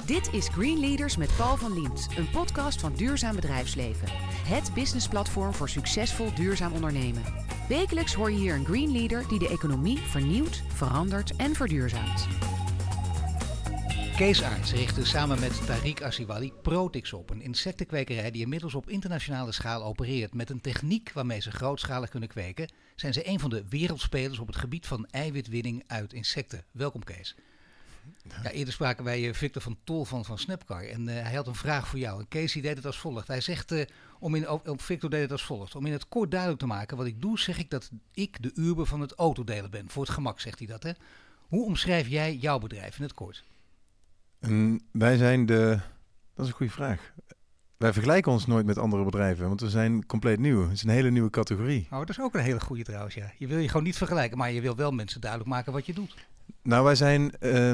Dit is Green Leaders met Paul van Liemt, een podcast van Duurzaam Bedrijfsleven. Het businessplatform voor succesvol duurzaam ondernemen. Wekelijks hoor je hier een Green Leader die de economie vernieuwt, verandert en verduurzaamt. Kees Aerts richtte samen met Tariq Asiwali Protix op, een insectenkwekerij die inmiddels op internationale schaal opereert. Met een techniek waarmee ze grootschalig kunnen kweken, zijn ze een van de wereldspelers op het gebied van eiwitwinning uit insecten. Welkom Kees. Ja, eerder spraken wij Victor van Tol van Snapcar en hij had een vraag voor jou. En Kees die deed het als volgt. Hij zegt, Victor deed het als volgt. Om in het kort duidelijk te maken wat ik doe, zeg ik dat ik de Uber van het autodelen ben. Voor het gemak zegt hij dat. Hè? Hoe omschrijf jij jouw bedrijf in het kort? Wij zijn dat is een goede vraag. Wij vergelijken ons nooit met andere bedrijven, want we zijn compleet nieuw. Het is een hele nieuwe categorie. Oh, dat is ook een hele goede trouwens, ja. Je wil je gewoon niet vergelijken, maar je wil wel mensen duidelijk maken wat je doet. Nou, wij zijn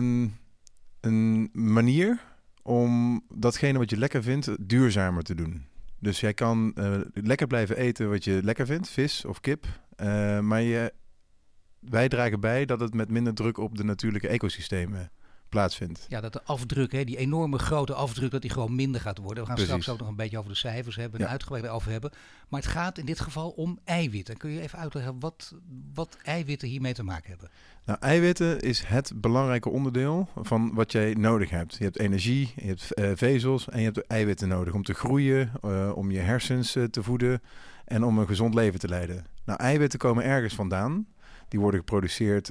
een manier om datgene wat je lekker vindt duurzamer te doen. Dus jij kan lekker blijven eten wat je lekker vindt, vis of kip. Maar wij dragen bij dat het met minder druk op de natuurlijke ecosystemen plaatsvindt. Ja, dat de afdruk, die enorme grote afdruk, dat die gewoon minder gaat worden. We gaan straks ook nog een beetje over de cijfers hebben en uitgebreid over hebben. Maar het gaat in dit geval om eiwitten. Kun je even uitleggen wat eiwitten hiermee te maken hebben? Nou, eiwitten is het belangrijke onderdeel van wat jij nodig hebt. Je hebt energie, je hebt vezels en je hebt eiwitten nodig om te groeien, om je hersens te voeden en om een gezond leven te leiden. Nou, eiwitten komen ergens vandaan. Die worden geproduceerd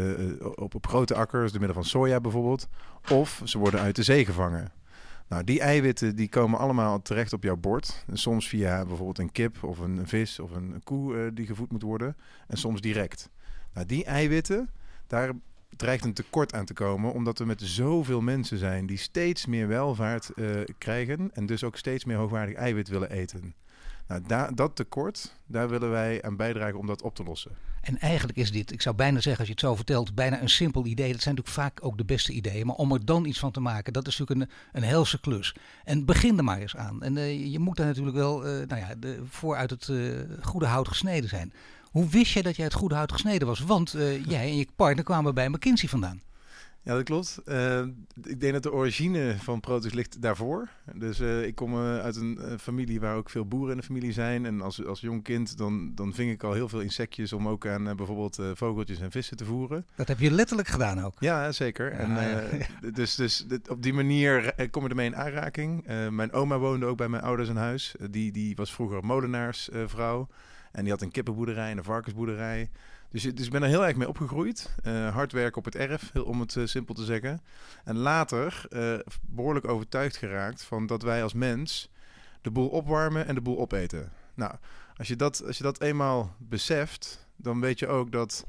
op grote akkers, door middel van soja bijvoorbeeld. Of ze worden uit de zee gevangen. Nou, die eiwitten die komen allemaal terecht op jouw bord. En soms via bijvoorbeeld een kip of een vis of een koe die gevoed moet worden. En soms direct. Nou, die eiwitten, daar dreigt een tekort aan te komen. Omdat we met zoveel mensen zijn die steeds meer welvaart krijgen. En dus ook steeds meer hoogwaardig eiwit willen eten. Nou, dat tekort, daar willen wij aan bijdragen om dat op te lossen. En eigenlijk is dit, ik zou bijna zeggen als je het zo vertelt, bijna een simpel idee. Dat zijn natuurlijk vaak ook de beste ideeën. Maar om er dan iets van te maken, dat is natuurlijk een helse klus. En begin er maar eens aan. En je moet daar natuurlijk wel voor uit het goede hout gesneden zijn. Hoe wist je dat jij het goede hout gesneden was? Want jij en je partner kwamen bij McKinsey vandaan. Ja, dat klopt. Ik denk dat de origine van Protix ligt daarvoor. Dus ik kom uit een familie waar ook veel boeren in de familie zijn. En als jong kind dan ving ik al heel veel insectjes om ook aan bijvoorbeeld vogeltjes en vissen te voeren. Dat heb je letterlijk gedaan ook? Ja, zeker. Dus op die manier kom je ermee in aanraking. Mijn oma woonde ook bij mijn ouders in huis. Die was vroeger molenaarsvrouw. En die had een kippenboerderij en een varkensboerderij. Dus ik ben er heel erg mee opgegroeid. Hard werken op het erf, om het simpel te zeggen. En later behoorlijk overtuigd geraakt van dat wij als mens de boel opwarmen en de boel opeten. Nou, als je dat eenmaal beseft, dan weet je ook dat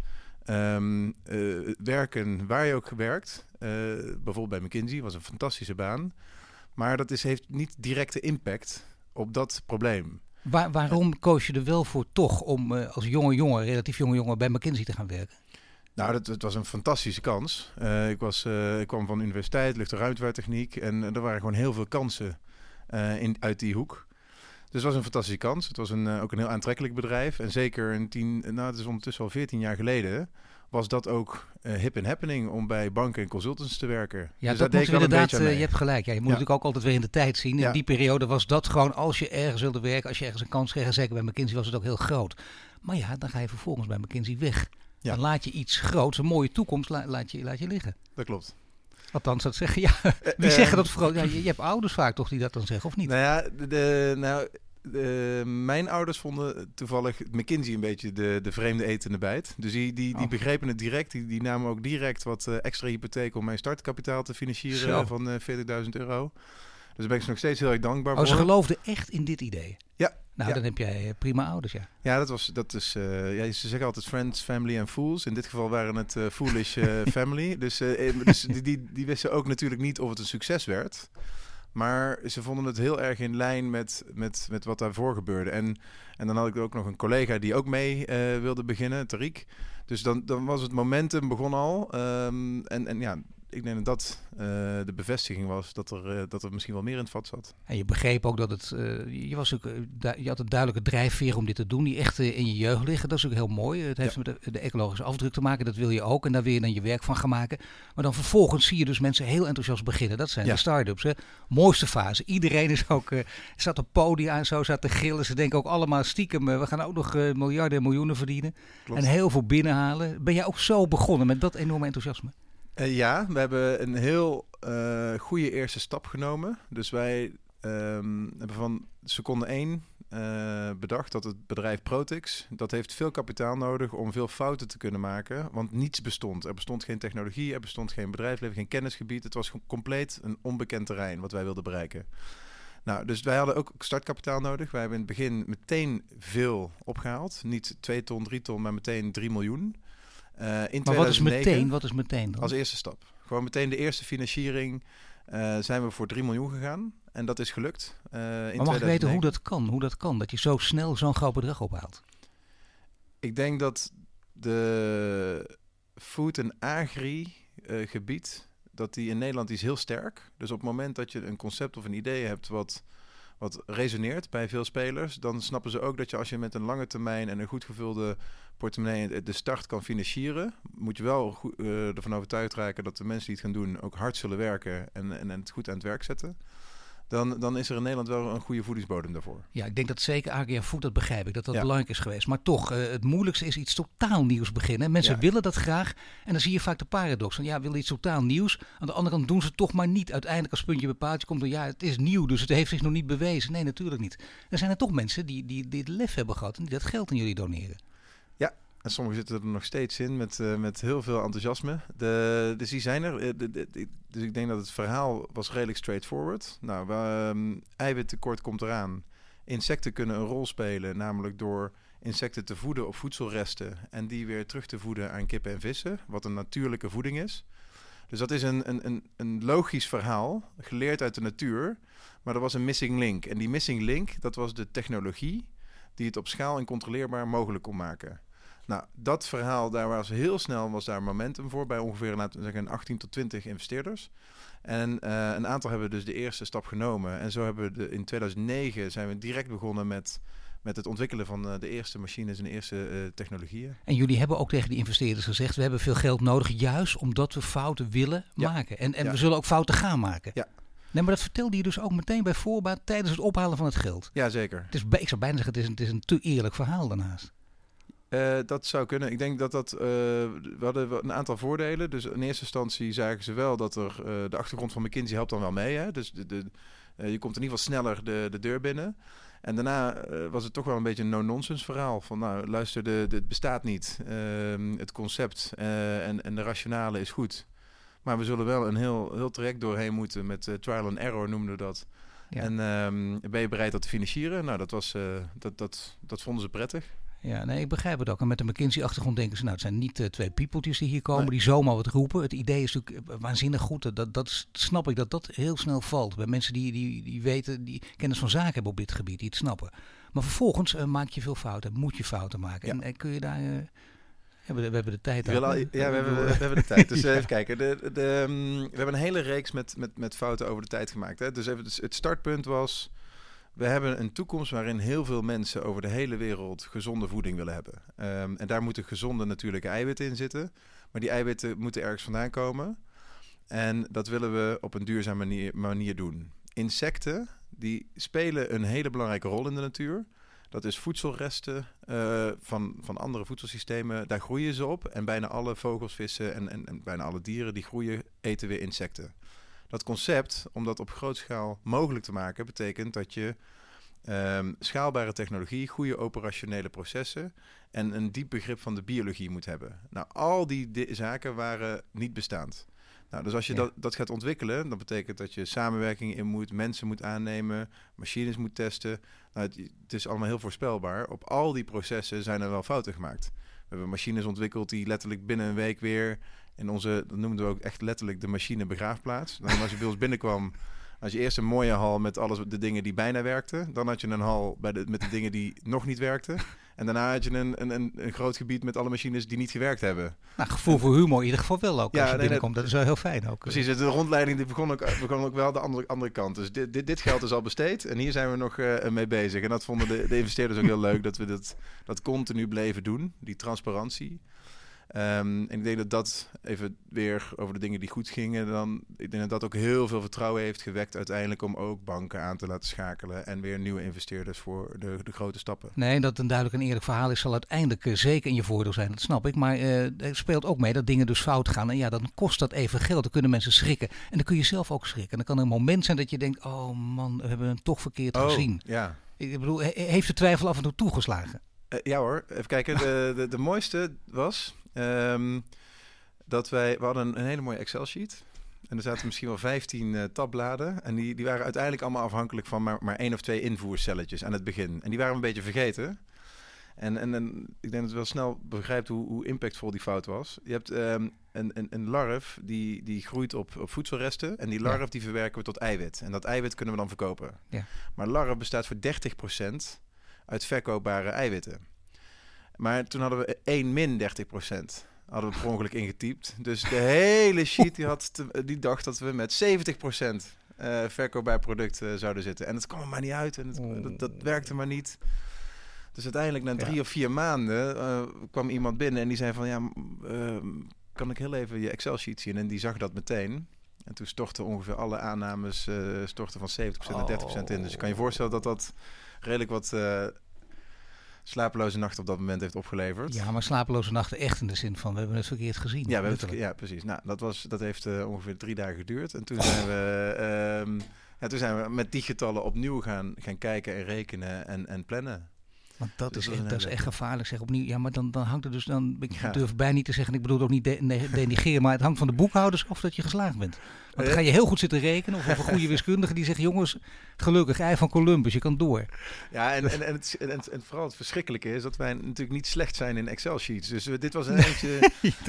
werken waar je ook werkt, bijvoorbeeld bij McKinsey, was een fantastische baan. Maar dat heeft niet directe impact op dat probleem. Waarom koos je er wel voor toch om als relatief jonge jongen bij McKinsey te gaan werken? Nou, het was een fantastische kans. Ik kwam van de universiteit, lucht- en ruimtevaarttechniek. En er waren gewoon heel veel kansen uit die hoek. Dus het was een fantastische kans. Het was ook een heel aantrekkelijk bedrijf. En zeker het is ondertussen al 14 jaar geleden, was dat ook hip en happening om bij banken en consultants te werken. Ja, dus dat moet inderdaad, je hebt gelijk. Ja, je moet natuurlijk ook altijd weer in de tijd zien. In die periode was dat gewoon, als je ergens wilde werken, als je ergens een kans kreeg, en zeker bij McKinsey was het ook heel groot. Maar ja, dan ga je vervolgens bij McKinsey weg. Ja. Dan laat je iets groots, een mooie toekomst, laat je liggen. Dat klopt. Althans, dat zeggen, wie zeggen dat vooral? Ja, je hebt ouders vaak toch die dat dan zeggen, of niet? Nou ja, mijn ouders vonden toevallig McKinsey een beetje de vreemde etende bijt. Dus die begrepen het direct. Die namen ook direct wat extra hypotheek om mijn startkapitaal te financieren van €40.000. Dus daar ben ik ze nog steeds heel erg dankbaar voor. Ze geloofden echt in dit idee? Ja. Nou, dan heb jij prima ouders, ja. Ja, ze zeggen altijd friends, family en fools. In dit geval waren het foolish family. Dus die wisten ook natuurlijk niet of het een succes werd. Maar ze vonden het heel erg in lijn met wat daarvoor gebeurde. En dan had ik ook nog een collega die ook mee wilde beginnen, Tariq. Dus dan was het momentum begon al. ik denk dat de bevestiging was dat er misschien wel meer in het vat zat. En je begreep ook dat het... je had een duidelijke drijfveer om dit te doen, die echt in je jeugd liggen. Dat is ook heel mooi. Het heeft met de ecologische afdruk te maken. Dat wil je ook. En daar wil je dan je werk van gaan maken. Maar dan vervolgens zie je dus mensen heel enthousiast beginnen. Dat zijn de start-ups. Hè. Mooiste fase. Iedereen is ook, staat op podia en zo, staat te gillen. Ze denken ook allemaal stiekem, we gaan ook nog miljarden en miljoenen verdienen. Klopt. En heel veel binnenhalen. Ben jij ook zo begonnen met dat enorme enthousiasme? Ja, we hebben een heel goede eerste stap genomen. Dus wij hebben van seconde 1 bedacht dat het bedrijf Protix, dat heeft veel kapitaal nodig om veel fouten te kunnen maken. Want niets bestond. Er bestond geen technologie, er bestond geen bedrijfsleven, geen kennisgebied. Het was compleet een onbekend terrein wat wij wilden bereiken. Nou, dus wij hadden ook startkapitaal nodig. Wij hebben in het begin meteen veel opgehaald. Niet 2 ton, 3 ton, maar meteen 3 miljoen. Maar 2009, wat is meteen dan? Als eerste stap. Gewoon meteen de eerste financiering zijn we voor 3 miljoen gegaan. En dat is gelukt. Maar mag ik weten hoe dat kan? Dat je zo snel zo'n groot bedrag ophaalt? Ik denk dat de food- en agri-gebied, dat die in Nederland is heel sterk. Dus op het moment dat je een concept of een idee hebt wat resoneert bij veel spelers, dan snappen ze ook dat je als je met een lange termijn en een goed gevulde portemonnee de start kan financieren, moet je wel ervan overtuigd raken dat de mensen die het gaan doen ook hard zullen werken en het goed aan het werk zetten. Dan is er in Nederland wel een goede voedingsbodem daarvoor. Ja, ik denk dat zeker Agria Food, dat begrijp ik, dat belangrijk is geweest. Maar toch, het moeilijkste is iets totaal nieuws beginnen. Mensen willen dat graag. En dan zie je vaak de paradox van, willen iets totaal nieuws. Aan de andere kant doen ze het toch maar niet. Uiteindelijk als puntje bepaald komt, het is nieuw, dus het heeft zich nog niet bewezen. Nee, natuurlijk niet. Er zijn er toch mensen die dit lef hebben gehad en die dat geld aan jullie doneren. Ja. En sommigen zitten er nog steeds in met heel veel enthousiasme. Dus die zijn er. Dus ik denk dat het verhaal was redelijk straightforward. Nou, eiwittekort komt eraan. Insecten kunnen een rol spelen, namelijk door insecten te voeden op voedselresten en die weer terug te voeden aan kippen en vissen, wat een natuurlijke voeding is. Dus dat is een logisch verhaal, geleerd uit de natuur, maar er was een missing link. En die missing link, dat was de technologie die het op schaal en controleerbaar mogelijk kon maken. Nou, dat verhaal, daar was heel snel momentum voor bij ongeveer, laten we zeggen, 18 tot 20 investeerders. En een aantal hebben dus de eerste stap genomen. En zo hebben we in 2009 zijn we direct begonnen met het ontwikkelen van de eerste machines en de eerste technologieën. En jullie hebben ook tegen die investeerders gezegd, we hebben veel geld nodig, juist omdat we fouten willen maken. En we zullen ook fouten gaan maken. Ja. Nee, maar dat vertelde je dus ook meteen bij voorbaat tijdens het ophalen van het geld. Ja, zeker. Ik zou bijna zeggen, het is een te eerlijk verhaal daarnaast. Dat zou kunnen. Ik denk we hadden een aantal voordelen. Dus in eerste instantie zagen ze wel dat de achtergrond van McKinsey helpt dan wel mee. Hè? Dus je komt in ieder geval sneller de deur binnen. En daarna was het toch wel een beetje een no-nonsense verhaal. Van nou, luister, het bestaat niet. Het concept en de rationale is goed. Maar we zullen wel een heel traject doorheen moeten met trial and error, noemden we dat. Ja. En ben je bereid dat te financieren? Nou, dat vonden ze prettig. Ja, nee, ik begrijp het ook. En met de McKinsey-achtergrond denken ze, het zijn niet 2 piepeltjes die hier komen, die zomaar wat roepen. Het idee is natuurlijk waanzinnig goed. Dat snap ik dat heel snel valt. Bij mensen die weten, die kennis van zaken hebben op dit gebied, die het snappen. Maar vervolgens maak je veel fouten, moet je fouten maken. Ja. En kun je daar... we hebben de tijd. We hebben de tijd. Dus even kijken. We hebben een hele reeks met fouten over de tijd gemaakt. Hè? Dus even, het startpunt was, we hebben een toekomst waarin heel veel mensen over de hele wereld gezonde voeding willen hebben. En daar moeten gezonde natuurlijke eiwitten in zitten. Maar die eiwitten moeten ergens vandaan komen. En dat willen we op een duurzame manier doen. Insecten, die spelen een hele belangrijke rol in de natuur. Dat is voedselresten van andere voedselsystemen. Daar groeien ze op. En bijna alle vogels, vissen en bijna alle dieren die groeien, eten weer insecten. Dat concept, om dat op grote schaal mogelijk te maken, betekent dat je schaalbare technologie, goede operationele processen en een diep begrip van de biologie moet hebben. Nou, al die zaken waren niet bestaand. Nou, dus als je dat gaat ontwikkelen, dan betekent dat je samenwerking in moet, mensen moet aannemen, machines moet testen. Nou, het is allemaal heel voorspelbaar. Op al die processen zijn er wel fouten gemaakt. We hebben machines ontwikkeld die letterlijk binnen een week weer in onze, dat noemden we ook echt letterlijk de machine begraafplaats. Dan als je bij ons binnenkwam, als je eerst een mooie hal met de dingen die bijna werkten, dan had je een hal met de dingen die nog niet werkten. En daarna had je een groot gebied met alle machines die niet gewerkt hebben. Nou, gevoel voor humor in ieder geval wel ook als je binnenkomt. Dat is wel heel fijn ook. Precies, de rondleiding die begon ook wel de andere kant. Dus dit geld is al besteed en hier zijn we nog mee bezig. En dat vonden de investeerders ook heel leuk, dat we dat continu bleven doen, die transparantie. En ik denk dat even weer over de dingen die goed gingen. Ik denk dat ook heel veel vertrouwen heeft gewekt uiteindelijk om ook banken aan te laten schakelen. En weer nieuwe investeerders voor de grote stappen. Nee, dat een duidelijk en eerlijk verhaal is, zal uiteindelijk zeker in je voordeel zijn. Dat snap ik. Maar er speelt ook mee dat dingen dus fout gaan. En ja, dan kost dat even geld. Dan kunnen mensen schrikken. En dan kun je zelf ook schrikken. En dan kan er een moment zijn dat je denkt, oh man, we hebben hem toch verkeerd gezien. Ja. Ik bedoel, heeft de twijfel af en toe toegeslagen? Ja hoor, even kijken. De mooiste was dat we hadden een hele mooie Excel-sheet. En er zaten misschien wel 15 tabbladen. En die waren uiteindelijk allemaal afhankelijk van maar 1 of 2 invoercelletjes aan het begin. En die waren we een beetje vergeten. En ik denk dat je wel snel begrijpt hoe impactvol die fout was. Je hebt een larf die groeit op voedselresten. En die larf die verwerken we tot eiwit. En dat eiwit kunnen we dan verkopen. Ja. Maar larf bestaat voor 30% uit verkoopbare eiwitten. Maar toen hadden we 1-30%. Hadden we per ongeluk ingetypt. Dus de hele sheet die dacht dat we met 70% verkoopbaar product zouden zitten. En dat kwam er maar niet uit. En dat werkte maar niet. Dus uiteindelijk na 3 of 4 maanden kwam iemand binnen en die zei van kan ik heel even je Excel-sheet zien? En die zag dat meteen. En toen stortten ongeveer alle aannames van 70% naar 30% in. Dus je kan je voorstellen dat redelijk wat slapeloze nachten op dat moment heeft opgeleverd. Ja, maar slapeloze nachten echt in de zin van we hebben het verkeerd gezien. Ja, precies. Nou, dat heeft ongeveer 3 dagen geduurd. En toen zijn we met die getallen opnieuw gaan kijken en rekenen en plannen. Want dat is echt gevaarlijk, zeg opnieuw. Ja, maar dan hangt het dus ik durf bijna niet te zeggen, ik bedoel het ook niet denigeren, maar het hangt van de boekhouders of dat je geslaagd bent. Want dan ga je heel goed zitten rekenen of een goede wiskundige die zegt, jongens, gelukkig, ei van Columbus, je kan door. Ja, en vooral het verschrikkelijke is dat wij natuurlijk niet slecht zijn in Excel-sheets. Dus dit was een eentje.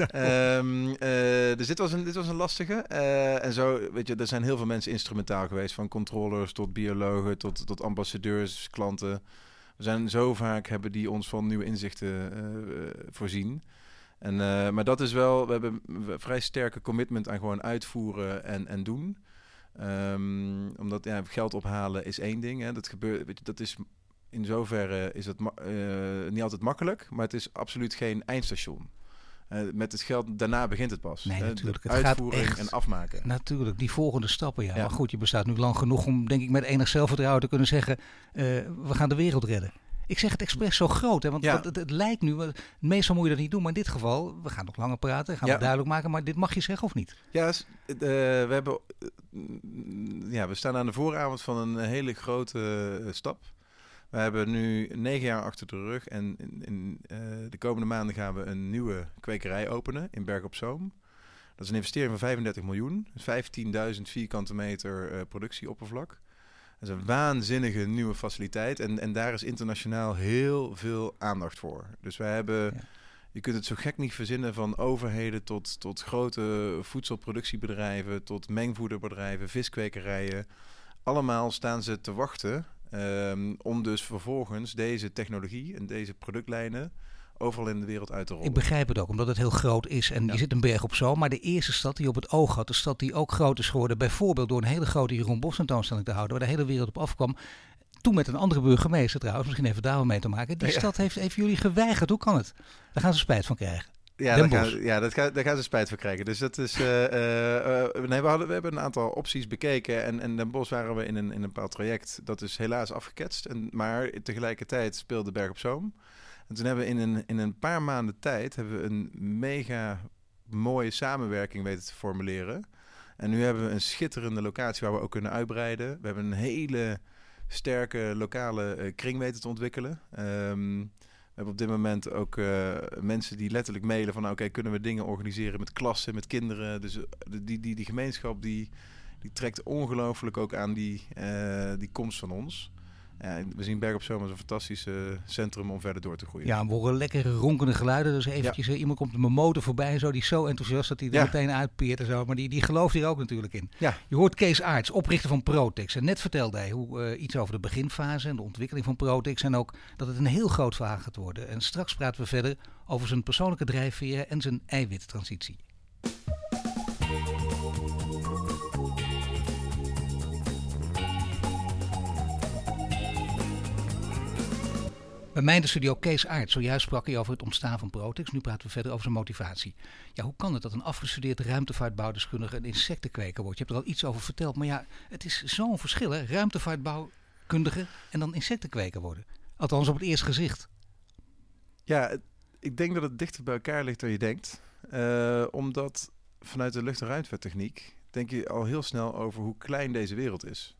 Dus dit was een lastige. En zo, weet je, er zijn heel veel mensen instrumentaal geweest, van controllers tot biologen tot ambassadeurs, klanten. Hebben die ons van nieuwe inzichten voorzien. Maar dat is wel, we hebben een vrij sterke commitment aan gewoon uitvoeren en doen. Omdat geld ophalen is één ding. Hè. Dat gebeurt, weet je, dat is in zoverre is het niet altijd makkelijk, maar het is absoluut geen eindstation. Met het geld, daarna begint het pas. Nee, natuurlijk. Het uitvoering gaat echt, en afmaken. Natuurlijk, die volgende stappen, ja. Maar goed, je bestaat nu lang genoeg om, denk ik, met enig zelfvertrouwen te kunnen zeggen, we gaan de wereld redden. Ik zeg het expres zo groot, hè, want het lijkt nu, meestal moet je dat niet doen, maar in dit geval, we gaan nog langer praten, gaan we duidelijk maken, maar dit mag je zeggen of niet? Ja, we staan aan de vooravond van een hele grote stap. We hebben nu 9 jaar achter de rug en in de komende maanden gaan we een nieuwe kwekerij openen in Bergen op Zoom. Dat is een investering van 35 miljoen, 15.000 vierkante meter productieoppervlak. Dat is een waanzinnige nieuwe faciliteit en daar is internationaal heel veel aandacht voor. Dus wij hebben, je kunt het zo gek niet verzinnen, van overheden tot grote voedselproductiebedrijven, tot mengvoederbedrijven, viskwekerijen. Allemaal staan ze te wachten om dus vervolgens deze technologie en deze productlijnen overal in de wereld uit te rollen. Ik begrijp het ook, omdat het heel groot is en je zit een Berg op Zoom. Maar de eerste stad die op het oog had, de stad die ook groot is geworden, bijvoorbeeld door een hele grote Jeroen Bosch tentoonstelling te houden, waar de hele wereld op afkwam. Toen met een andere burgemeester trouwens, misschien even daar wel mee te maken. Die stad heeft jullie geweigerd. Hoe kan het? Daar gaan ze spijt van krijgen. Ja, daar gaan ze spijt van krijgen. Dus dat is. We hebben een aantal opties bekeken. En Den Bosch waren we in een bepaald traject. Dat is helaas afgeketst. Maar tegelijkertijd speelde Berg op Zoom. En toen hebben we in een paar maanden tijd een mega mooie samenwerking weten te formuleren. En nu hebben we een schitterende locatie waar we ook kunnen uitbreiden. We hebben een hele sterke lokale kring weten te ontwikkelen. We hebben op dit moment ook mensen die letterlijk mailen van oké, kunnen we dingen organiseren met klassen, met kinderen. Dus die gemeenschap die trekt ongelooflijk ook aan die komst van ons. Ja, we zien Berg op Zoom als een fantastisch centrum om verder door te groeien. Ja, we horen lekkere ronkende geluiden. Dus eventjes, iemand komt met mijn motor voorbij en zo. Die is zo enthousiast dat hij er meteen uitpeert en zo. Maar die gelooft hier ook natuurlijk in. Ja. Je hoort Kees Aerts, oprichter van Protex. En net vertelde hij iets over de beginfase en de ontwikkeling van Protex. En ook dat het een heel groot verhaal gaat worden. En straks praten we verder over zijn persoonlijke drijfveren en zijn eiwittransitie. Bij mij in de studio Kees Aerts. Zojuist sprak hij over het ontstaan van Protex. Nu praten we verder over zijn motivatie. Ja, hoe kan het dat een afgestudeerd ruimtevaartbouwdeskundige een insectenkweker wordt? Je hebt er al iets over verteld. Maar ja, het is zo'n verschil, hè? Ruimtevaartbouwkundige en dan insectenkweker worden. Althans op het eerste gezicht. Ja, ik denk dat het dichter bij elkaar ligt dan je denkt. Omdat vanuit de lucht- en ruimtevaarttechniek denk je al heel snel over hoe klein deze wereld is.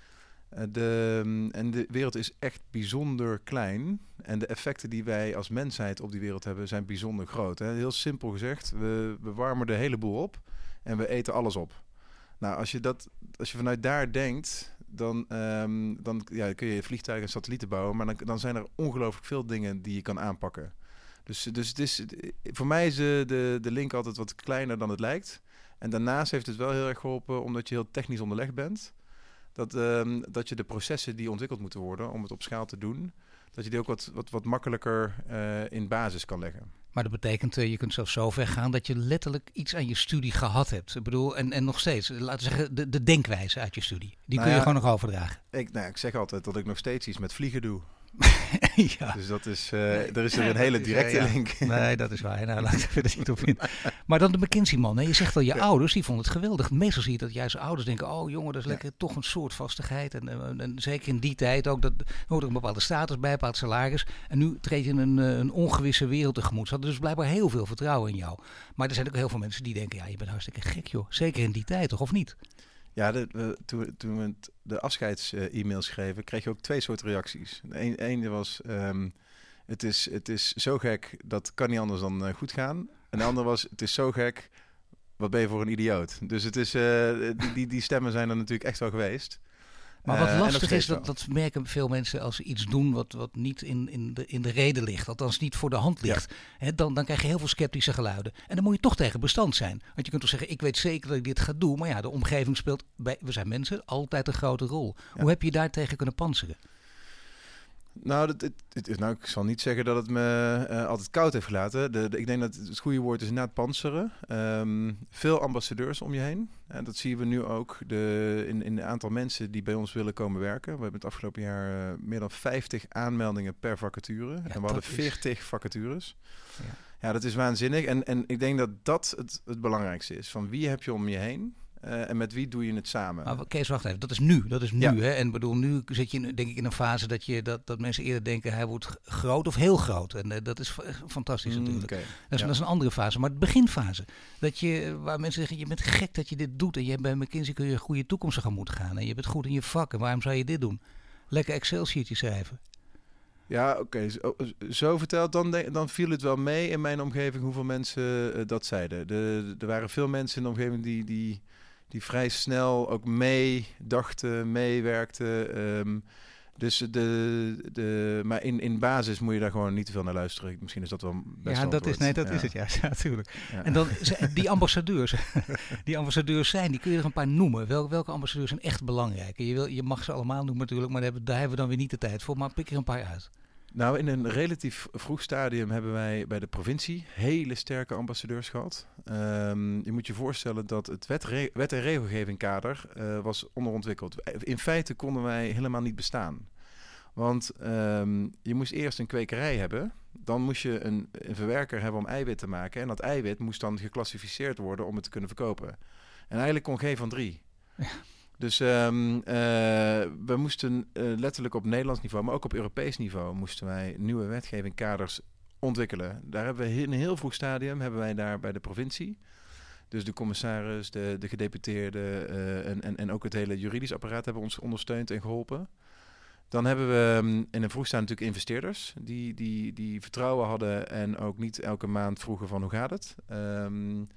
De wereld is echt bijzonder klein. En de effecten die wij als mensheid op die wereld hebben zijn bijzonder groot. Hè? Heel simpel gezegd, we warmen de hele boel op en we eten alles op. Nou, als je vanuit daar denkt, dan kun je vliegtuigen en satellieten bouwen. Maar dan zijn er ongelooflijk veel dingen die je kan aanpakken. Dus het is, voor mij is de link altijd wat kleiner dan het lijkt. En daarnaast heeft het wel heel erg geholpen omdat je heel technisch onderlegd bent. Dat je de processen die ontwikkeld moeten worden om het op schaal te doen, dat je die ook wat makkelijker in basis kan leggen. Maar dat betekent, je kunt zelfs zo ver gaan dat je letterlijk iets aan je studie gehad hebt. Ik bedoel, en nog steeds, laten we zeggen, de denkwijze uit je studie. Die kun je gewoon nog overdragen. Ik zeg altijd dat ik nog steeds iets met vliegen doe. Ja. Dus dat is, er is er een hele directe link. Nee, dat is waar. Nou, laat ik er niet op in. Maar dan de McKinsey-man. Je zegt al, je ouders, die vonden het geweldig. Meestal zie je dat juist ouders denken, oh jongen, dat is lekker, toch een soort vastigheid. En zeker in die tijd ook, dat hoort er een bepaalde status bij, een bepaald salaris. En nu treed je een ongewisse wereld tegemoet. Ze hadden dus blijkbaar heel veel vertrouwen in jou. Maar er zijn ook heel veel mensen die denken, ja, je bent hartstikke gek joh. Zeker in die tijd toch, of niet? Ja, toen we de afscheids-e-mail schreven, kreeg je ook 2 soorten reacties. De ene was, het is zo gek, dat kan niet anders dan goed gaan. En de andere was, het is zo gek, wat ben je voor een idioot? Dus het is, die stemmen zijn er natuurlijk echt wel geweest. Maar wat lastig is, dat merken veel mensen als ze iets doen wat niet in de reden ligt. Althans niet voor de hand ligt. Ja. Dan krijg je heel veel sceptische geluiden. En dan moet je toch tegen bestand zijn. Want je kunt toch zeggen, ik weet zeker dat ik dit ga doen. Maar ja, de omgeving speelt, we zijn mensen, altijd een grote rol. Ja. Hoe heb je daar tegen kunnen panseren? Nou, ik zal niet zeggen dat het me altijd koud heeft gelaten. Ik denk dat het goede woord is inderdaad panseren. Veel ambassadeurs om je heen. En dat zien we nu ook in het aantal mensen die bij ons willen komen werken. We hebben het afgelopen jaar meer dan 50 aanmeldingen per vacature. Ja, en we hadden 40 vacatures. Ja, dat is waanzinnig. En ik denk dat het belangrijkste is. Van wie heb je om je heen? En met wie doe je het samen? Maar Kees, wacht even. Dat is nu. Ja. Hè? En bedoel, nu zit je denk ik in een fase dat mensen eerder denken hij wordt groot of heel groot. En dat is fantastisch natuurlijk. Okay. Dat is een andere fase. Maar de beginfase. Waar mensen zeggen, je bent gek dat je dit doet. En bij McKinsey kun je een goede toekomst tegemoet gaan. En je bent goed in je vak. En waarom zou je dit doen? Lekker Excel-sheetjes schrijven. Ja, oké. Zo verteld, dan viel het wel mee in mijn omgeving hoeveel mensen dat zeiden. Er waren veel mensen in de omgeving die vrij snel ook meedachten, meewerkten. Maar in basis moet je daar gewoon niet te veel naar luisteren. Misschien is dat wel best ja, dat is het juist. Ja, natuurlijk. Ja. En dan die ambassadeurs. Die kun je er een paar noemen. Welke ambassadeurs zijn echt belangrijk? Je mag ze allemaal noemen natuurlijk, maar daar hebben we dan weer niet de tijd voor. Maar pik er een paar uit. Nou, in een relatief vroeg stadium hebben wij bij de provincie hele sterke ambassadeurs gehad. Je moet je voorstellen dat het wet- en regelgevingkader was onderontwikkeld. In feite konden wij helemaal niet bestaan. Want je moest eerst een kwekerij hebben. Dan moest je een verwerker hebben om eiwit te maken. En dat eiwit moest dan geclassificeerd worden om het te kunnen verkopen. En eigenlijk kon geen van 3. Ja. Dus we moesten letterlijk op Nederlands niveau, maar ook op Europees niveau, moesten wij nieuwe wetgevingkaders ontwikkelen. Daar hebben we in een heel vroeg stadium daar bij de provincie. Dus de commissaris, de gedeputeerden en ook het hele juridisch apparaat hebben ons ondersteund en geholpen. Dan hebben we in een vroeg stadium natuurlijk investeerders die vertrouwen hadden en ook niet elke maand vroegen van hoe gaat het.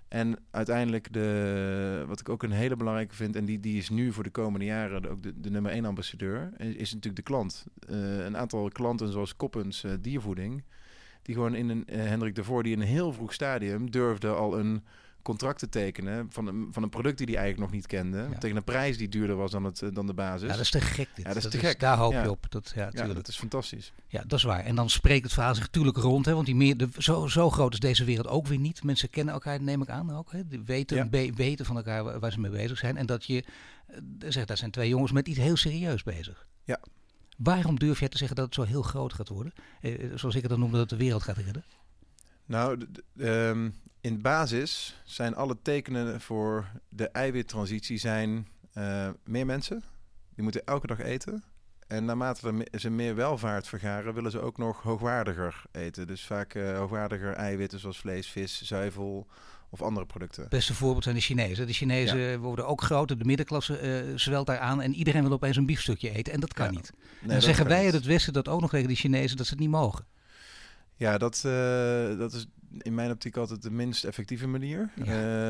En uiteindelijk, wat ik ook een hele belangrijke vind, en die is nu voor de komende jaren ook de nummer 1 ambassadeur, is natuurlijk de klant. Een aantal klanten zoals Koppens Diervoeding, die gewoon Hendrik de Voor, die in een heel vroeg stadium durfde al een contract te tekenen van een product die hij eigenlijk nog niet kende. Ja. Tegen een prijs die duurder was dan de basis. Ja, dat is te gek dit. Ja, dat is te gek. Daar hoop je op. Dat is fantastisch. Ja, dat is waar. En dan spreekt het verhaal zich natuurlijk rond. Hè, want zo groot is deze wereld ook weer niet. Mensen kennen elkaar, neem ik aan ook. Hè. Die weten van elkaar waar ze mee bezig zijn. En dat je zegt, dat zijn 2 jongens met iets heel serieus bezig. Ja. Waarom durf jij te zeggen dat het zo heel groot gaat worden? Zoals ik het dan noem, dat het de wereld gaat redden? Nou, in basis zijn alle tekenen voor de eiwittransitie zijn meer mensen. Die moeten elke dag eten. En naarmate ze meer welvaart vergaren, willen ze ook nog hoogwaardiger eten. Dus vaak hoogwaardiger eiwitten zoals vlees, vis, zuivel of andere producten. Het beste voorbeeld zijn de Chinezen. De Chinezen worden ook groter, de middenklasse zwelt daar aan en iedereen wil opeens een biefstukje eten. En dat kan niet. Nee, dan zeggen wij uit het Westen dat ook nog tegen die Chinezen dat ze het niet mogen. Ja, dat is in mijn optiek altijd de minst effectieve manier. Ja.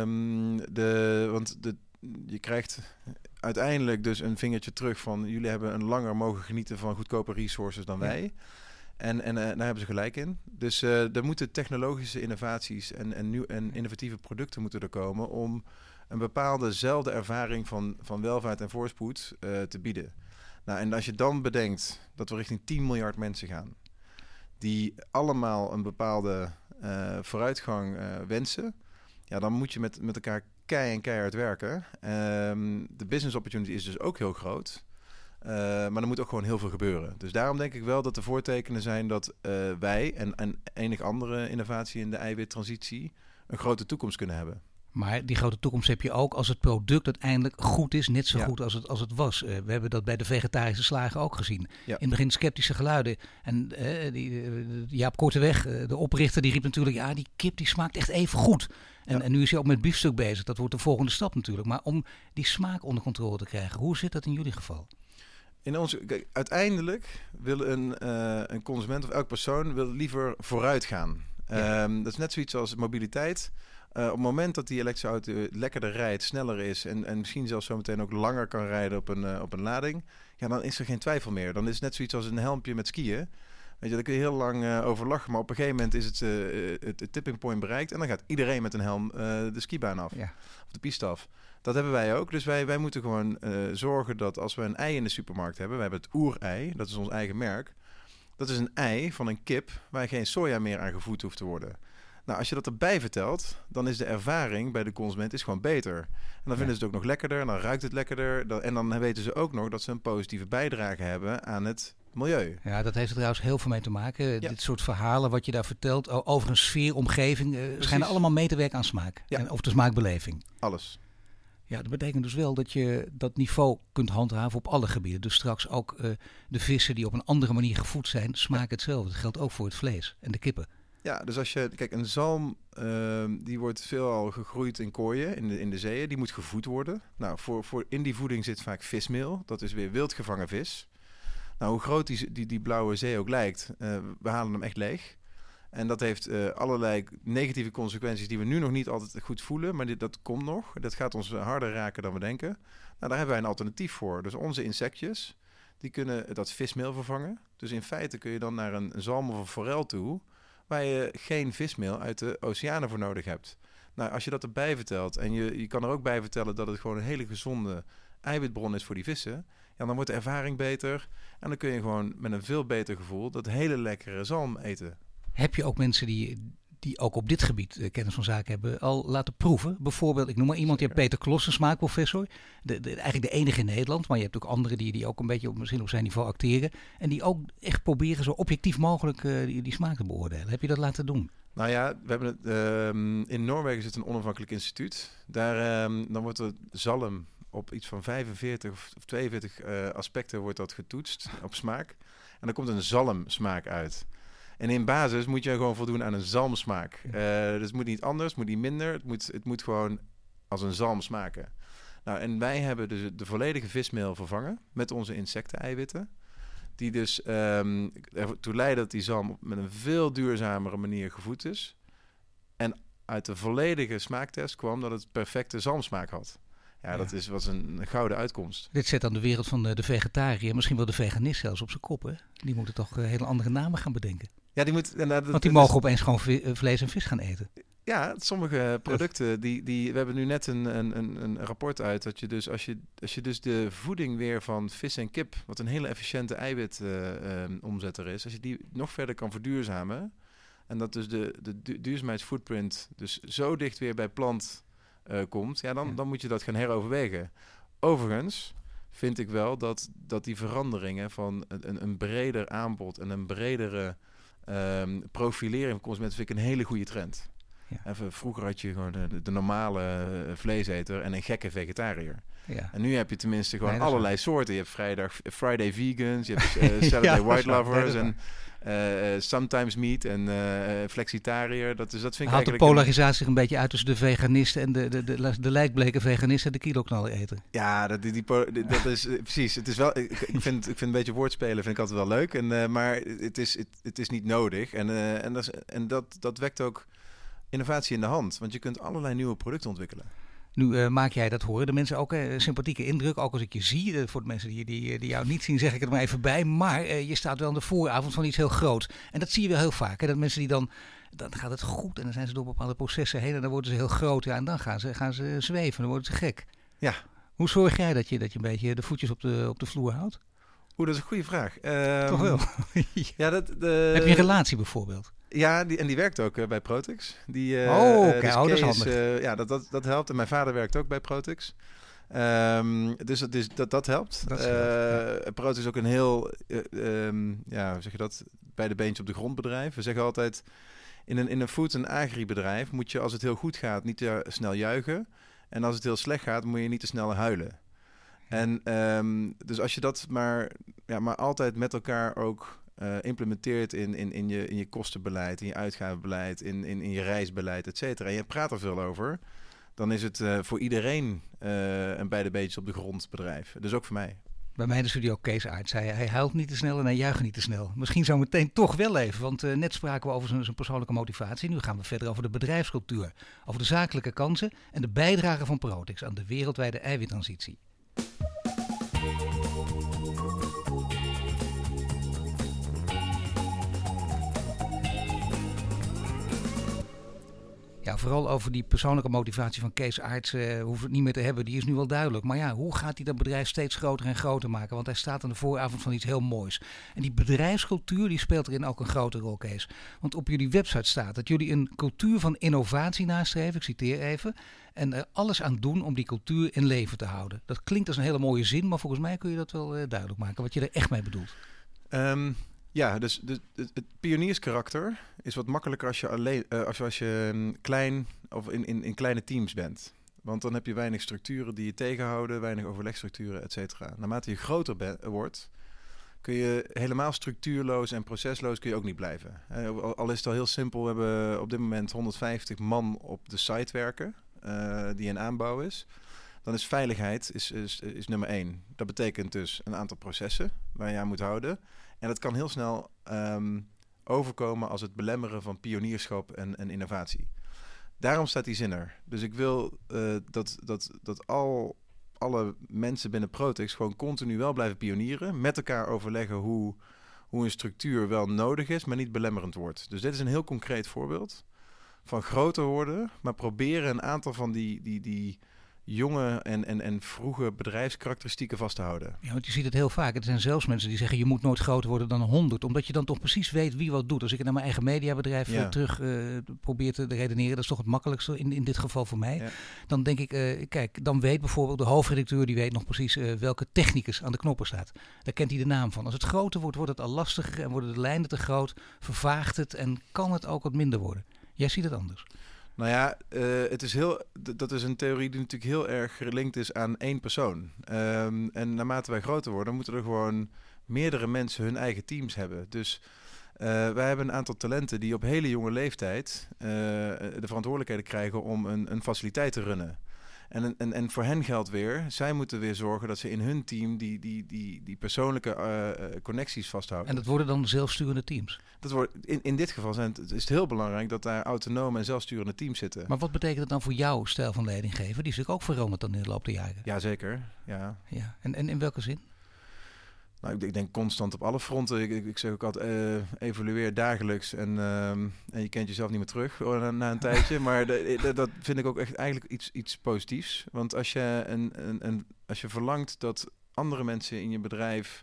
Je krijgt uiteindelijk dus een vingertje terug van jullie hebben een langer mogen genieten van goedkope resources dan wij. En daar hebben ze gelijk in. Dus er moeten technologische innovaties en innovatieve producten moeten er komen om een bepaaldezelfde ervaring van welvaart en voorspoed te bieden. Nou, en als je dan bedenkt dat we richting 10 miljard mensen gaan, die allemaal een bepaalde vooruitgang wensen, ja, dan moet je met elkaar keihard werken. De business opportunity is dus ook heel groot. Maar er moet ook gewoon heel veel gebeuren. Dus daarom denk ik wel dat de voortekenen zijn dat wij en enig andere innovatie in de eiwittransitie een grote toekomst kunnen hebben. Maar die grote toekomst heb je ook als het product uiteindelijk goed is, net zo goed als het was. We hebben dat bij de vegetarische slagen ook gezien. Ja. In het begin sceptische geluiden. En Jaap Korteweg, de oprichter, die riep natuurlijk, ja, die kip die smaakt echt even goed. En nu is hij ook met biefstuk bezig. Dat wordt de volgende stap natuurlijk. Maar om die smaak onder controle te krijgen, hoe zit dat in jullie geval? Uiteindelijk wil een consument of elk persoon wil liever vooruit gaan. Ja. Dat is net zoiets als mobiliteit. Op het moment dat die elektrische auto lekkerder rijdt, sneller is en misschien zelfs zometeen ook langer kan rijden op een lading, ja, dan is er geen twijfel meer. Dan is het net zoiets als een helmpje met skiën. Weet je, daar kun je heel lang over lachen, maar op een gegeven moment is het tipping point bereikt en dan gaat iedereen met een helm de skibaan af. Ja. Of de piste af. Dat hebben wij ook. Dus wij moeten gewoon zorgen dat als we een ei in de supermarkt hebben, we hebben het oerei, dat is ons eigen merk. Dat is een ei van een kip waar geen soja meer aan gevoed hoeft te worden. Nou, als je dat erbij vertelt, dan is de ervaring bij de consument is gewoon beter. En dan vinden ze het ook nog lekkerder, en dan ruikt het lekkerder. En dan weten ze ook nog dat ze een positieve bijdrage hebben aan het milieu. Ja, dat heeft er trouwens heel veel mee te maken. Ja. Dit soort verhalen wat je daar vertelt over een sfeer, omgeving, schijnen allemaal mee te werken aan smaak. Ja. En of de smaakbeleving. Alles. Ja, dat betekent dus wel dat je dat niveau kunt handhaven op alle gebieden. Dus straks ook de vissen die op een andere manier gevoed zijn, smaken hetzelfde. Dat geldt ook voor het vlees en de kippen. Ja, dus als je... Kijk, een zalm, die wordt veelal gegroeid in kooien in de zeeën. Die moet gevoed worden. Nou, in die voeding zit vaak vismeel. Dat is weer wild gevangen vis. Nou, hoe groot die blauwe zee ook lijkt, we halen hem echt leeg. En dat heeft allerlei negatieve consequenties die we nu nog niet altijd goed voelen. Maar dat komt nog. Dat gaat ons harder raken dan we denken. Nou, daar hebben wij een alternatief voor. Dus onze insectjes, die kunnen dat vismeel vervangen. Dus in feite kun je dan naar een zalm of een forel toe, waar je geen vismeel uit de oceanen voor nodig hebt. Nou, als je dat erbij vertelt en je kan er ook bij vertellen dat het gewoon een hele gezonde eiwitbron is voor die vissen, ja, dan wordt de ervaring beter en dan kun je gewoon met een veel beter gevoel dat hele lekkere zalm eten. Heb je ook mensen die ook op dit gebied kennis van zaken hebben al laten proeven? Bijvoorbeeld, ik noem maar iemand, je hebt Peter Kloss, een smaakprofessor. Eigenlijk de enige in Nederland, maar je hebt ook anderen die ook een beetje misschien op zijn niveau acteren. En die ook echt proberen zo objectief mogelijk die smaak te beoordelen. Heb je dat laten doen? Nou ja, we hebben het, in Noorwegen zit een onafhankelijk instituut. Daar dan wordt de zalm op iets van 45 of 42 aspecten wordt dat getoetst op smaak. En dan komt een zalmsmaak uit. En in basis moet je gewoon voldoen aan een zalmsmaak. Dus het moet niet anders, het moet niet minder. Het moet gewoon als een zalm smaken. Nou, en wij hebben dus de volledige vismeel vervangen met onze insecten-eiwitten. Die dus ertoe leiden dat die zalm met een veel duurzamere manier gevoed is. En uit de volledige smaaktest kwam dat het perfecte zalmsmaak had. Ja, dat was een gouden uitkomst. Dit zet dan de wereld van de vegetariër, misschien wel de veganist zelfs op zijn kop. Hè? Die moeten toch hele andere namen gaan bedenken. Ja, want die mogen opeens gewoon vlees en vis gaan eten. Ja, sommige producten, we hebben nu net een rapport uit dat je dus, als je dus de voeding weer van vis en kip, wat een hele efficiënte eiwitomzetter is, als je die nog verder kan verduurzamen, en dat dus de duurzaamheidsfootprint dus zo dicht weer bij plant komt, dan moet je dat gaan heroverwegen. Overigens vind ik wel dat die veranderingen van een breder aanbod en een bredere profilering van consumenten vind ik een hele goede trend. Ja. Vroeger had je gewoon de normale vleeseter en een gekke vegetariër. Ja. En nu heb je tenminste gewoon allerlei soorten. Je hebt Friday vegans, je hebt Saturday white lovers en sometimes meat en flexitariër. Dat vind ik haalt eigenlijk de polarisatie zich een beetje uit tussen de veganisten en de lijkbleke veganisten en de kiloknallen eten. Ja, dat is precies. Het is wel. Ik vind een beetje woordspelen vind ik altijd wel leuk. Maar het is niet nodig. En dat wekt ook innovatie in de hand. Want je kunt allerlei nieuwe producten ontwikkelen. Nu maak jij dat horen. De mensen ook een sympathieke indruk. Ook als ik je zie. Voor de mensen die jou niet zien, zeg ik het maar even bij. Maar je staat wel aan de vooravond van iets heel groots. En dat zie je wel heel vaak. Hè? Dat mensen die dan gaat het goed. En dan zijn ze door bepaalde processen heen. En dan worden ze heel groot. Ja, en dan gaan ze zweven. Dan worden ze gek. Ja. Hoe zorg jij dat je een beetje de voetjes op de vloer houdt? Dat is een goede vraag. Toch wel? Heb je een relatie bijvoorbeeld? Ja, die werkt ook bij Protix. Dat is handig. Dat helpt. En mijn vader werkt ook bij Protix. Dus dat helpt. Protix is ook een heel, hoe zeg je dat, bij de beentje op de grond bedrijf. We zeggen altijd, in een food- en agri-bedrijf moet je, als het heel goed gaat, niet te snel juichen. En als het heel slecht gaat, moet je niet te snel huilen. En dus als je dat maar altijd met elkaar ook implementeert in je kostenbeleid, in je uitgavenbeleid, in je reisbeleid, et cetera. En je praat er veel over, dan is het voor iedereen een bij de beetjes op de grond bedrijf. Dus ook voor mij. Bij mij in de studio Kees Aert zei hij huilt niet te snel en hij juicht niet te snel. Misschien zo meteen toch wel even, want net spraken we over zijn persoonlijke motivatie. Nu gaan we verder over de bedrijfscultuur, over de zakelijke kansen en de bijdrage van Protix aan de wereldwijde eiwittransitie. Ja, vooral over die persoonlijke motivatie van Kees Aerts hoeven we het niet meer te hebben. Die is nu wel duidelijk. Maar ja, hoe gaat hij dat bedrijf steeds groter en groter maken? Want hij staat aan de vooravond van iets heel moois. En die bedrijfscultuur die speelt erin ook een grote rol, Kees. Want op jullie website staat dat jullie een cultuur van innovatie nastreven. Ik citeer even. En er alles aan doen om die cultuur in leven te houden. Dat klinkt als een hele mooie zin, maar volgens mij kun je dat wel duidelijk maken. Wat je er echt mee bedoelt. Ja, dus het pionierskarakter is wat makkelijker als je klein of in kleine teams bent. Want dan heb je weinig structuren die je tegenhouden, weinig overlegstructuren, et cetera. Naarmate je groter wordt, kun je helemaal structuurloos en procesloos kun je ook niet blijven. Al is het al heel simpel, we hebben op dit moment 150 man op de site werken, die in aanbouw is. Dan is veiligheid is nummer 1. Dat betekent dus een aantal processen waar je aan moet houden. En dat kan heel snel overkomen als het belemmeren van pionierschap en innovatie. Daarom staat die zin er. Dus ik wil dat alle mensen binnen Protix gewoon continu wel blijven pionieren. Met elkaar overleggen hoe een structuur wel nodig is, maar niet belemmerend wordt. Dus dit is een heel concreet voorbeeld van groter worden, maar proberen een aantal van die jonge en vroege bedrijfskarakteristieken vast te houden. Ja, want je ziet het heel vaak. Er zijn zelfs mensen die zeggen je moet nooit groter worden dan 100. Omdat je dan toch precies weet wie wat doet. Als ik naar mijn eigen mediabedrijf terug probeer te redeneren, dat is toch het makkelijkste in dit geval voor mij. Ja. Dan denk ik, kijk, dan weet bijvoorbeeld de hoofdredacteur, die weet nog precies welke technicus aan de knoppen staat. Daar kent hij de naam van. Als het groter wordt, wordt het al lastiger en worden de lijnen te groot, vervaagt het en kan het ook wat minder worden. Jij ziet het anders. Nou ja, dat is een theorie die natuurlijk heel erg gelinkt is aan één persoon. En naarmate wij groter worden, moeten er gewoon meerdere mensen hun eigen teams hebben. Dus wij hebben een aantal talenten die op hele jonge leeftijd de verantwoordelijkheden krijgen om een faciliteit te runnen. En voor hen geldt weer, zij moeten weer zorgen dat ze in hun team die persoonlijke connecties vasthouden. En dat worden dan zelfsturende teams? Dat wordt, in dit geval is het heel belangrijk dat daar autonome en zelfsturende teams zitten. Maar wat betekent dat dan voor jouw stijl van leidinggeven? Die is natuurlijk ook veranderd dan in de loop der jaren. Jazeker, ja. En in welke zin? Nou, ik denk constant op alle fronten. Ik zeg ook altijd, evolueer dagelijks en je kent jezelf niet meer terug na een tijdje. Maar dat vind ik ook echt eigenlijk iets positiefs. Want als je verlangt dat andere mensen in je bedrijf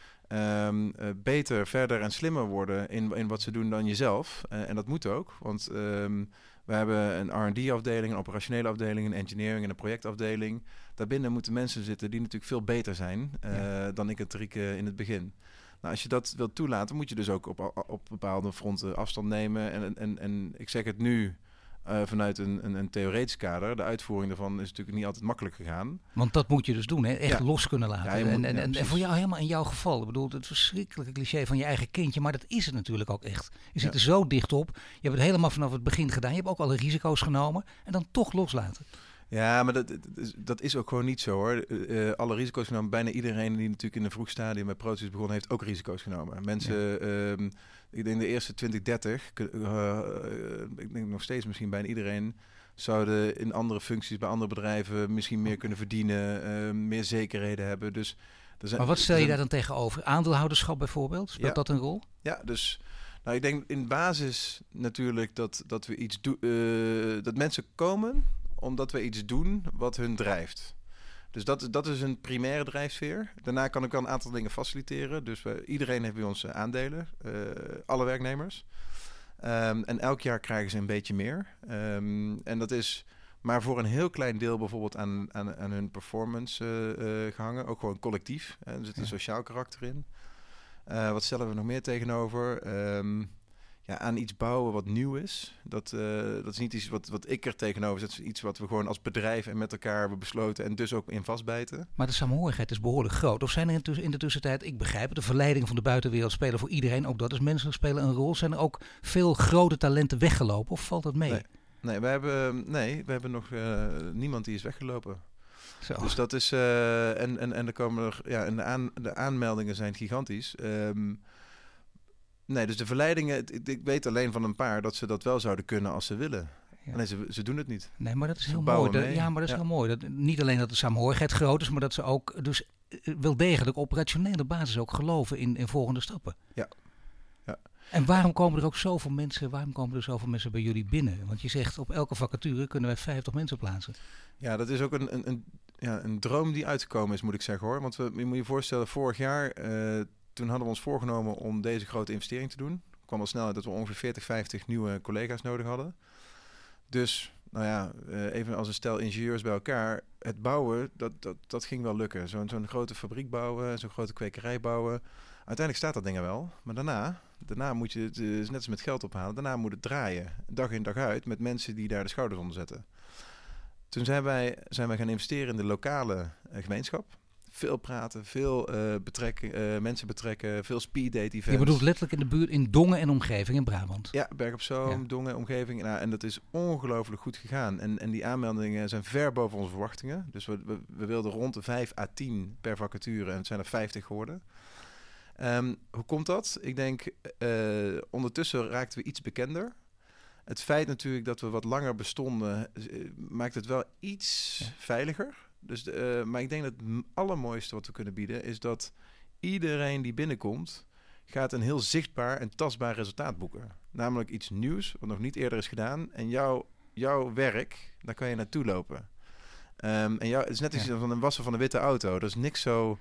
beter, verder en slimmer worden in wat ze doen dan jezelf. En dat moet ook, want we hebben een R&D-afdeling, een operationele afdeling, een engineering en een projectafdeling. Daarbinnen moeten mensen zitten die natuurlijk veel beter zijn dan ik en Tarieke in het begin. Nou, als je dat wilt toelaten, moet je dus ook op bepaalde fronten afstand nemen. En ik zeg het nu vanuit een theoretisch kader. De uitvoering daarvan is natuurlijk niet altijd makkelijk gegaan. Want dat moet je dus doen, hè? Echt los kunnen laten. Ja, en voor jou helemaal in jouw geval. Ik bedoel, het verschrikkelijke cliché van je eigen kindje, maar dat is het natuurlijk ook echt. Je zit er zo dicht op. Je hebt het helemaal vanaf het begin gedaan. Je hebt ook alle risico's genomen en dan toch loslaten. Ja, maar dat is ook gewoon niet zo, hoor. Alle risico's genomen. Bijna iedereen die natuurlijk in een vroeg stadium met Protis begonnen heeft ook risico's genomen. Mensen, ik denk de eerste 20, 30, ik denk nog steeds misschien bijna iedereen, zouden in andere functies bij andere bedrijven misschien meer kunnen verdienen, meer zekerheden hebben. Dus, maar wat stel je daar dan tegenover? Aandeelhouderschap bijvoorbeeld? Speelt dat een rol? Ja, dus ik denk in basis natuurlijk dat we iets doen, dat mensen komen omdat we iets doen wat hun drijft. Dus dat is een primaire drijfveer. Daarna kan ik wel een aantal dingen faciliteren. Dus iedereen heeft bij ons aandelen. Alle werknemers. En elk jaar krijgen ze een beetje meer. En dat is maar voor een heel klein deel bijvoorbeeld aan hun performance gehangen. Ook gewoon collectief. Er zit een sociaal karakter in. Wat stellen we nog meer tegenover? Aan iets bouwen wat nieuw is. Dat is niet iets wat ik er tegenover zet. Dat is iets wat we gewoon als bedrijf en met elkaar hebben besloten en dus ook in vastbijten. Maar de samenhorigheid is behoorlijk groot. Of zijn er in de tussentijd, ik begrijp het, de verleidingen van de buitenwereld spelen voor iedereen. Ook dat is menselijk spelen een rol. Zijn er ook veel grote talenten weggelopen of valt dat mee? Nee, we hebben nog niemand die is weggelopen. Zo. Dus dat is... en er komen en de aanmeldingen zijn gigantisch. Nee, dus de verleidingen, ik weet alleen van een paar dat ze dat wel zouden kunnen als ze willen. Ja. Nee, ze doen het niet. Nee, maar dat is heel mooi. Maar dat is heel mooi. Niet alleen dat de samenhorigheid groot is, maar dat ze ook dus wel degelijk op operationele basis ook geloven in volgende stappen. Ja. En waarom komen er zoveel mensen bij jullie binnen? Want je zegt op elke vacature kunnen wij 50 mensen plaatsen. Ja, dat is ook een droom die uitgekomen is, moet ik zeggen, hoor. Want je moet je voorstellen, vorig jaar... Toen hadden we ons voorgenomen om deze grote investering te doen. Het kwam al snel uit dat we ongeveer 40, 50 nieuwe collega's nodig hadden. Dus, even als een stel ingenieurs bij elkaar. Het bouwen, dat ging wel lukken. Zo'n grote fabriek bouwen, zo'n grote kwekerij bouwen. Uiteindelijk staat dat ding er wel. Maar daarna moet je het, net als met geld ophalen, daarna moet het draaien. Dag in dag uit met mensen die daar de schouders onder zetten. Toen zijn wij gaan investeren in de lokale gemeenschap. Veel praten, veel mensen betrekken, veel speeddate events. Je bedoelt letterlijk in de buurt, in Dongen en omgeving in Brabant? Ja, Berg op Zoom, Dongen, omgeving. En dat is ongelooflijk goed gegaan. En die aanmeldingen zijn ver boven onze verwachtingen. Dus we wilden rond de 5 à 10 per vacature en het zijn er 50 geworden. Hoe komt dat? Ik denk, ondertussen raakten we iets bekender. Het feit natuurlijk dat we wat langer bestonden, maakt het wel iets veiliger. Dus maar ik denk dat het allermooiste wat we kunnen bieden is dat iedereen die binnenkomt gaat een heel zichtbaar en tastbaar resultaat boeken. Namelijk iets nieuws wat nog niet eerder is gedaan. En jouw werk, daar kan je naartoe lopen. Het is net iets van een wassen van een witte auto. Dat is niks zo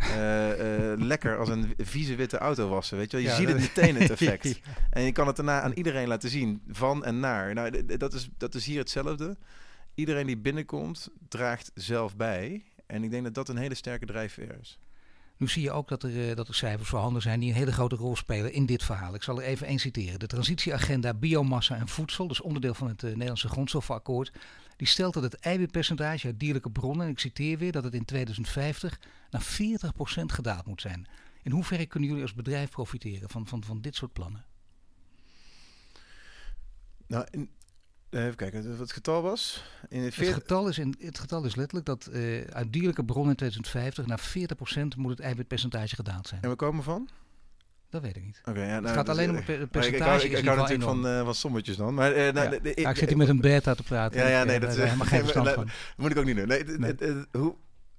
lekker als een vieze witte auto wassen. Weet je wel? Je ziet het meteen, het effect. En je kan het daarna aan iedereen laten zien. Van en naar. Nou, dat is hier hetzelfde. Iedereen die binnenkomt, draagt zelf bij. En ik denk dat dat een hele sterke drijfveer is. Nu zie je ook dat er cijfers voorhanden zijn die een hele grote rol spelen in dit verhaal. Ik zal er even één citeren. De transitieagenda biomassa en voedsel, dus onderdeel van het Nederlandse grondstoffenakkoord, die stelt dat het eiwitpercentage uit dierlijke bronnen, en ik citeer weer, dat het in 2050 naar 40% gedaald moet zijn. In hoeverre kunnen jullie als bedrijf profiteren van dit soort plannen? Nou, Even kijken wat het getal was. Het getal is letterlijk dat uit dierlijke bronnen in 2050 naar 40% moet het eiwitpercentage gedaald zijn. En we komen van? Dat weet ik niet. Okay, ja, nou, het gaat alleen om het percentage. Ik hou natuurlijk van sommetjes dan. Maar, ik zit hier met een beta te praten. Dat is helemaal geen verstand van. Moet ik ook niet doen.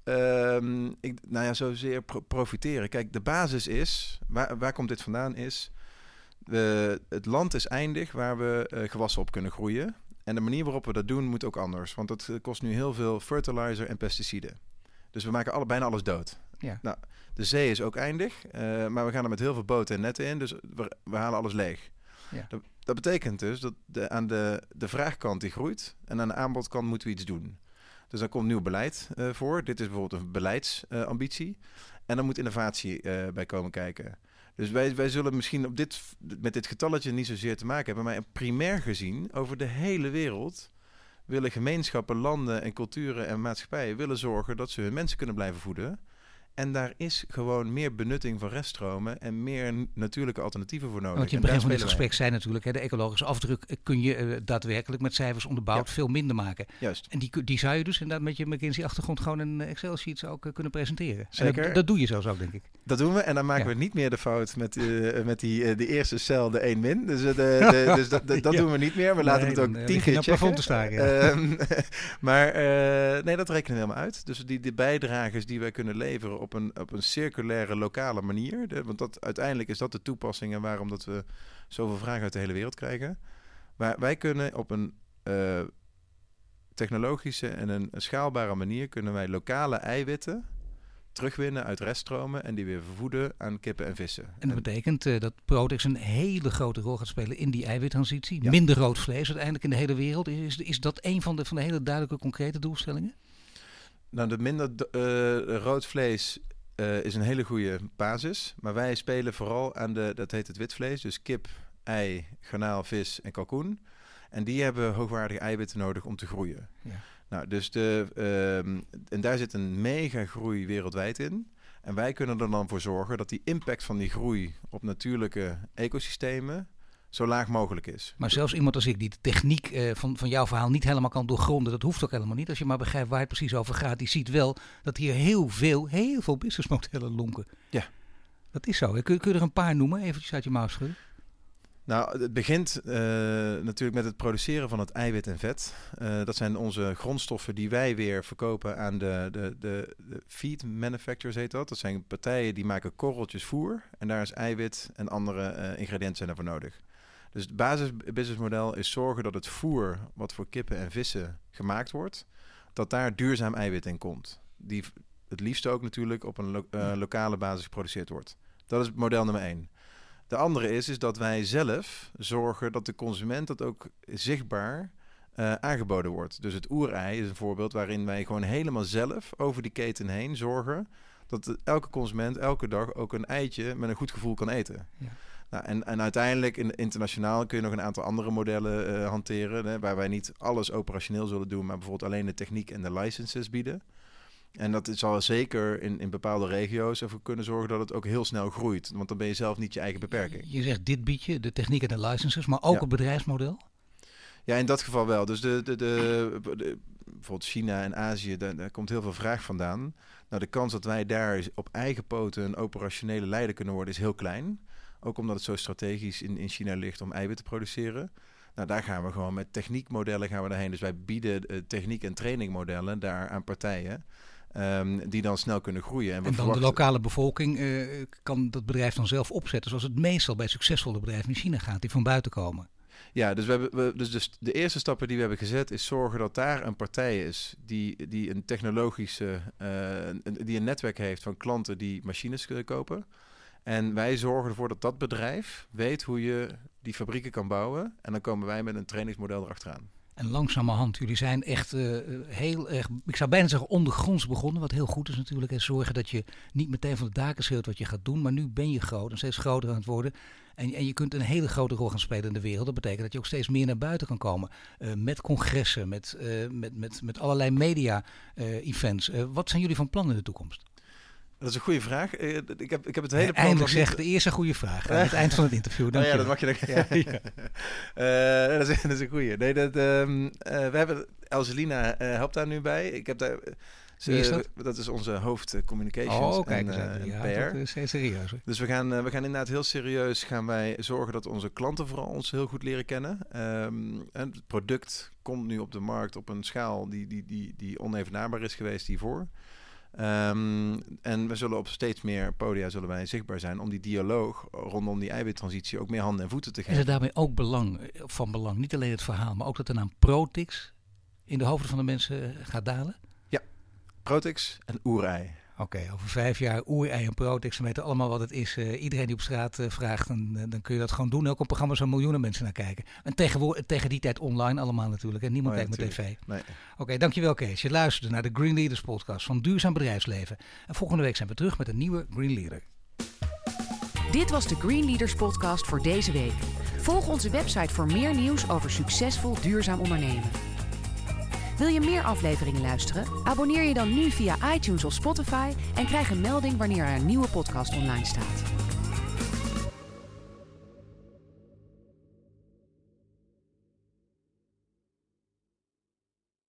Zozeer profiteren. Kijk, de basis is, waar komt dit vandaan is, het land is eindig waar we gewassen op kunnen groeien. En de manier waarop we dat doen moet ook anders. Want het kost nu heel veel fertilizer en pesticiden. Dus we maken bijna alles dood. Ja. Nou, de zee is ook eindig, maar we gaan er met heel veel boten en netten in, dus we halen alles leeg. Ja. Dat betekent dus dat aan de vraagkant die groeit en aan de aanbodkant moeten we iets doen. Dus daar komt nieuw beleid voor. Dit is bijvoorbeeld een beleidsambitie. En dan moet innovatie bij komen kijken. Dus wij zullen misschien met dit getalletje niet zozeer te maken hebben, maar primair gezien over de hele wereld willen gemeenschappen, landen en culturen en maatschappijen willen zorgen dat ze hun mensen kunnen blijven voeden. En daar is gewoon meer benutting van reststromen en meer natuurlijke alternatieven voor nodig. Want je in het begin van dit gesprek zei natuurlijk, de ecologische afdruk kun je daadwerkelijk met cijfers onderbouwd veel minder maken. Juist. En die zou je dus inderdaad met je McKinsey-achtergrond gewoon in Excel-sheets ook kunnen presenteren. Zeker. Dat doe je zelfs ook, denk ik. Dat doen we en dan maken we niet meer de fout met de eerste cel, de 1 min. Dus dat doen we niet meer. We laten het ook 10 keer checken. Plafond te staan, maar dat rekenen we helemaal uit. Dus die bijdragers die wij kunnen leveren op een circulaire, lokale manier. Want uiteindelijk is dat de toepassing en waarom dat we zoveel vragen uit de hele wereld krijgen. Maar wij kunnen op een technologische en een schaalbare manier kunnen wij lokale eiwitten terugwinnen uit reststromen en die weer vervoeden aan kippen en vissen. En dat betekent dat Protex een hele grote rol gaat spelen in die eiwittransitie. Ja. Minder rood vlees uiteindelijk in de hele wereld. Is dat een van de hele duidelijke, concrete doelstellingen? Nou, de minder rood vlees is een hele goede basis. Maar wij spelen vooral aan dat heet het witvlees. Dus kip, ei, garnaal, vis en kalkoen. En die hebben hoogwaardige eiwitten nodig om te groeien. Ja. Nou, dus en daar zit een mega groei wereldwijd in. En wij kunnen er dan voor zorgen dat die impact van die groei op natuurlijke ecosystemen zo laag mogelijk is. Maar zelfs iemand als ik die de techniek van jouw verhaal niet helemaal kan doorgronden, dat hoeft ook helemaal niet. Als je maar begrijpt waar het precies over gaat, die ziet wel dat hier heel veel businessmodellen lonken. Ja. Dat is zo. Kun je er een paar noemen, eventjes uit je mouw schudden? Nou, het begint natuurlijk met het produceren van het eiwit en vet. Dat zijn onze grondstoffen die wij weer verkopen aan de feed manufacturers, heet dat. Dat zijn partijen die maken korreltjes voer en daar is eiwit en andere ingrediënten zijn daarvoor nodig. Dus het basisbusinessmodel is zorgen dat het voer wat voor kippen en vissen gemaakt wordt, dat daar duurzaam eiwit in komt. Die het liefst ook natuurlijk op een lokale basis geproduceerd wordt. Dat is model nummer 1. De andere is dat wij zelf zorgen dat de consument dat ook zichtbaar aangeboden wordt. Dus het oerei is een voorbeeld waarin wij gewoon helemaal zelf over die keten heen zorgen dat elke consument elke dag ook een eitje met een goed gevoel kan eten. Ja. Nou, en uiteindelijk internationaal kun je nog een aantal andere modellen hanteren, waar wij niet alles operationeel zullen doen, maar bijvoorbeeld alleen de techniek en de licenses bieden. En dat zal zeker in bepaalde regio's ervoor kunnen zorgen dat het ook heel snel groeit. Want dan ben je zelf niet je eigen beperking. Je zegt dit bied je, de techniek en de licenses, maar ook het bedrijfsmodel? Ja, in dat geval wel. Dus bijvoorbeeld China en Azië, daar komt heel veel vraag vandaan. Nou, de kans dat wij daar op eigen poten een operationele leider kunnen worden is heel klein. Ook omdat het zo strategisch in China ligt om eiwit te produceren. Nou, daar gaan we gewoon met techniekmodellen daarheen. Dus wij bieden techniek- en trainingmodellen daar aan partijen. Die dan snel kunnen groeien. En dan de lokale bevolking kan dat bedrijf dan zelf opzetten, zoals het meestal bij succesvolle bedrijven in China gaat, die van buiten komen. Ja, dus dus de eerste stappen die we hebben gezet is zorgen dat daar een partij is die een technologische, die een netwerk heeft van klanten die machines kopen. En wij zorgen ervoor dat dat bedrijf weet hoe je die fabrieken kan bouwen. En dan komen wij met een trainingsmodel erachteraan. En langzamerhand, jullie zijn echt heel erg, ik zou bijna zeggen ondergronds begonnen. Wat heel goed is natuurlijk. En zorgen dat je niet meteen van de daken schreeuwt wat je gaat doen. Maar nu ben je groot en steeds groter aan het worden. En je kunt een hele grote rol gaan spelen in de wereld. Dat betekent dat je ook steeds meer naar buiten kan komen. Met congressen, met allerlei media-events. Wat zijn jullie van plan in de toekomst? Dat is een goede vraag. Ik heb het hele plan... Eindelijk zeg de eerste goede vraag aan het eind van het interview. Dank je. Dat mag je dan. Dat is een goede. Nee, we hebben Elselina helpt daar nu bij. Ik heb daar... Wie is dat? Dat is onze hoofd communications kijk en ja, PR. dat is heel serieus. Hè? Dus we gaan inderdaad heel serieus gaan wij zorgen dat onze klanten vooral ons heel goed leren kennen. En het product komt nu op de markt op een schaal die onevenaarbaar is geweest hiervoor. En we zullen op steeds meer podia zichtbaar zijn om die dialoog rondom die eiwittransitie ook meer handen en voeten te geven. Is er daarmee ook van belang, niet alleen het verhaal, maar ook dat de naam Protix in de hoofden van de mensen gaat dalen? Protix en oerei. Oké, over 5 jaar oerei en Protix. We weten allemaal wat het is. Iedereen die op straat vraagt, dan kun je dat gewoon doen. Ook op programma's waar miljoenen mensen naar kijken. En tegen die tijd online allemaal natuurlijk. En niemand kijkt met tv. Nee. Oké, dankjewel Kees. Je luisterde naar de Green Leaders podcast van Duurzaam Bedrijfsleven. En volgende week zijn we terug met een nieuwe Green Leader. Dit was de Green Leaders podcast voor deze week. Volg onze website voor meer nieuws over succesvol duurzaam ondernemen. Wil je meer afleveringen luisteren? Abonneer je dan nu via iTunes of Spotify en krijg een melding wanneer er een nieuwe podcast online staat.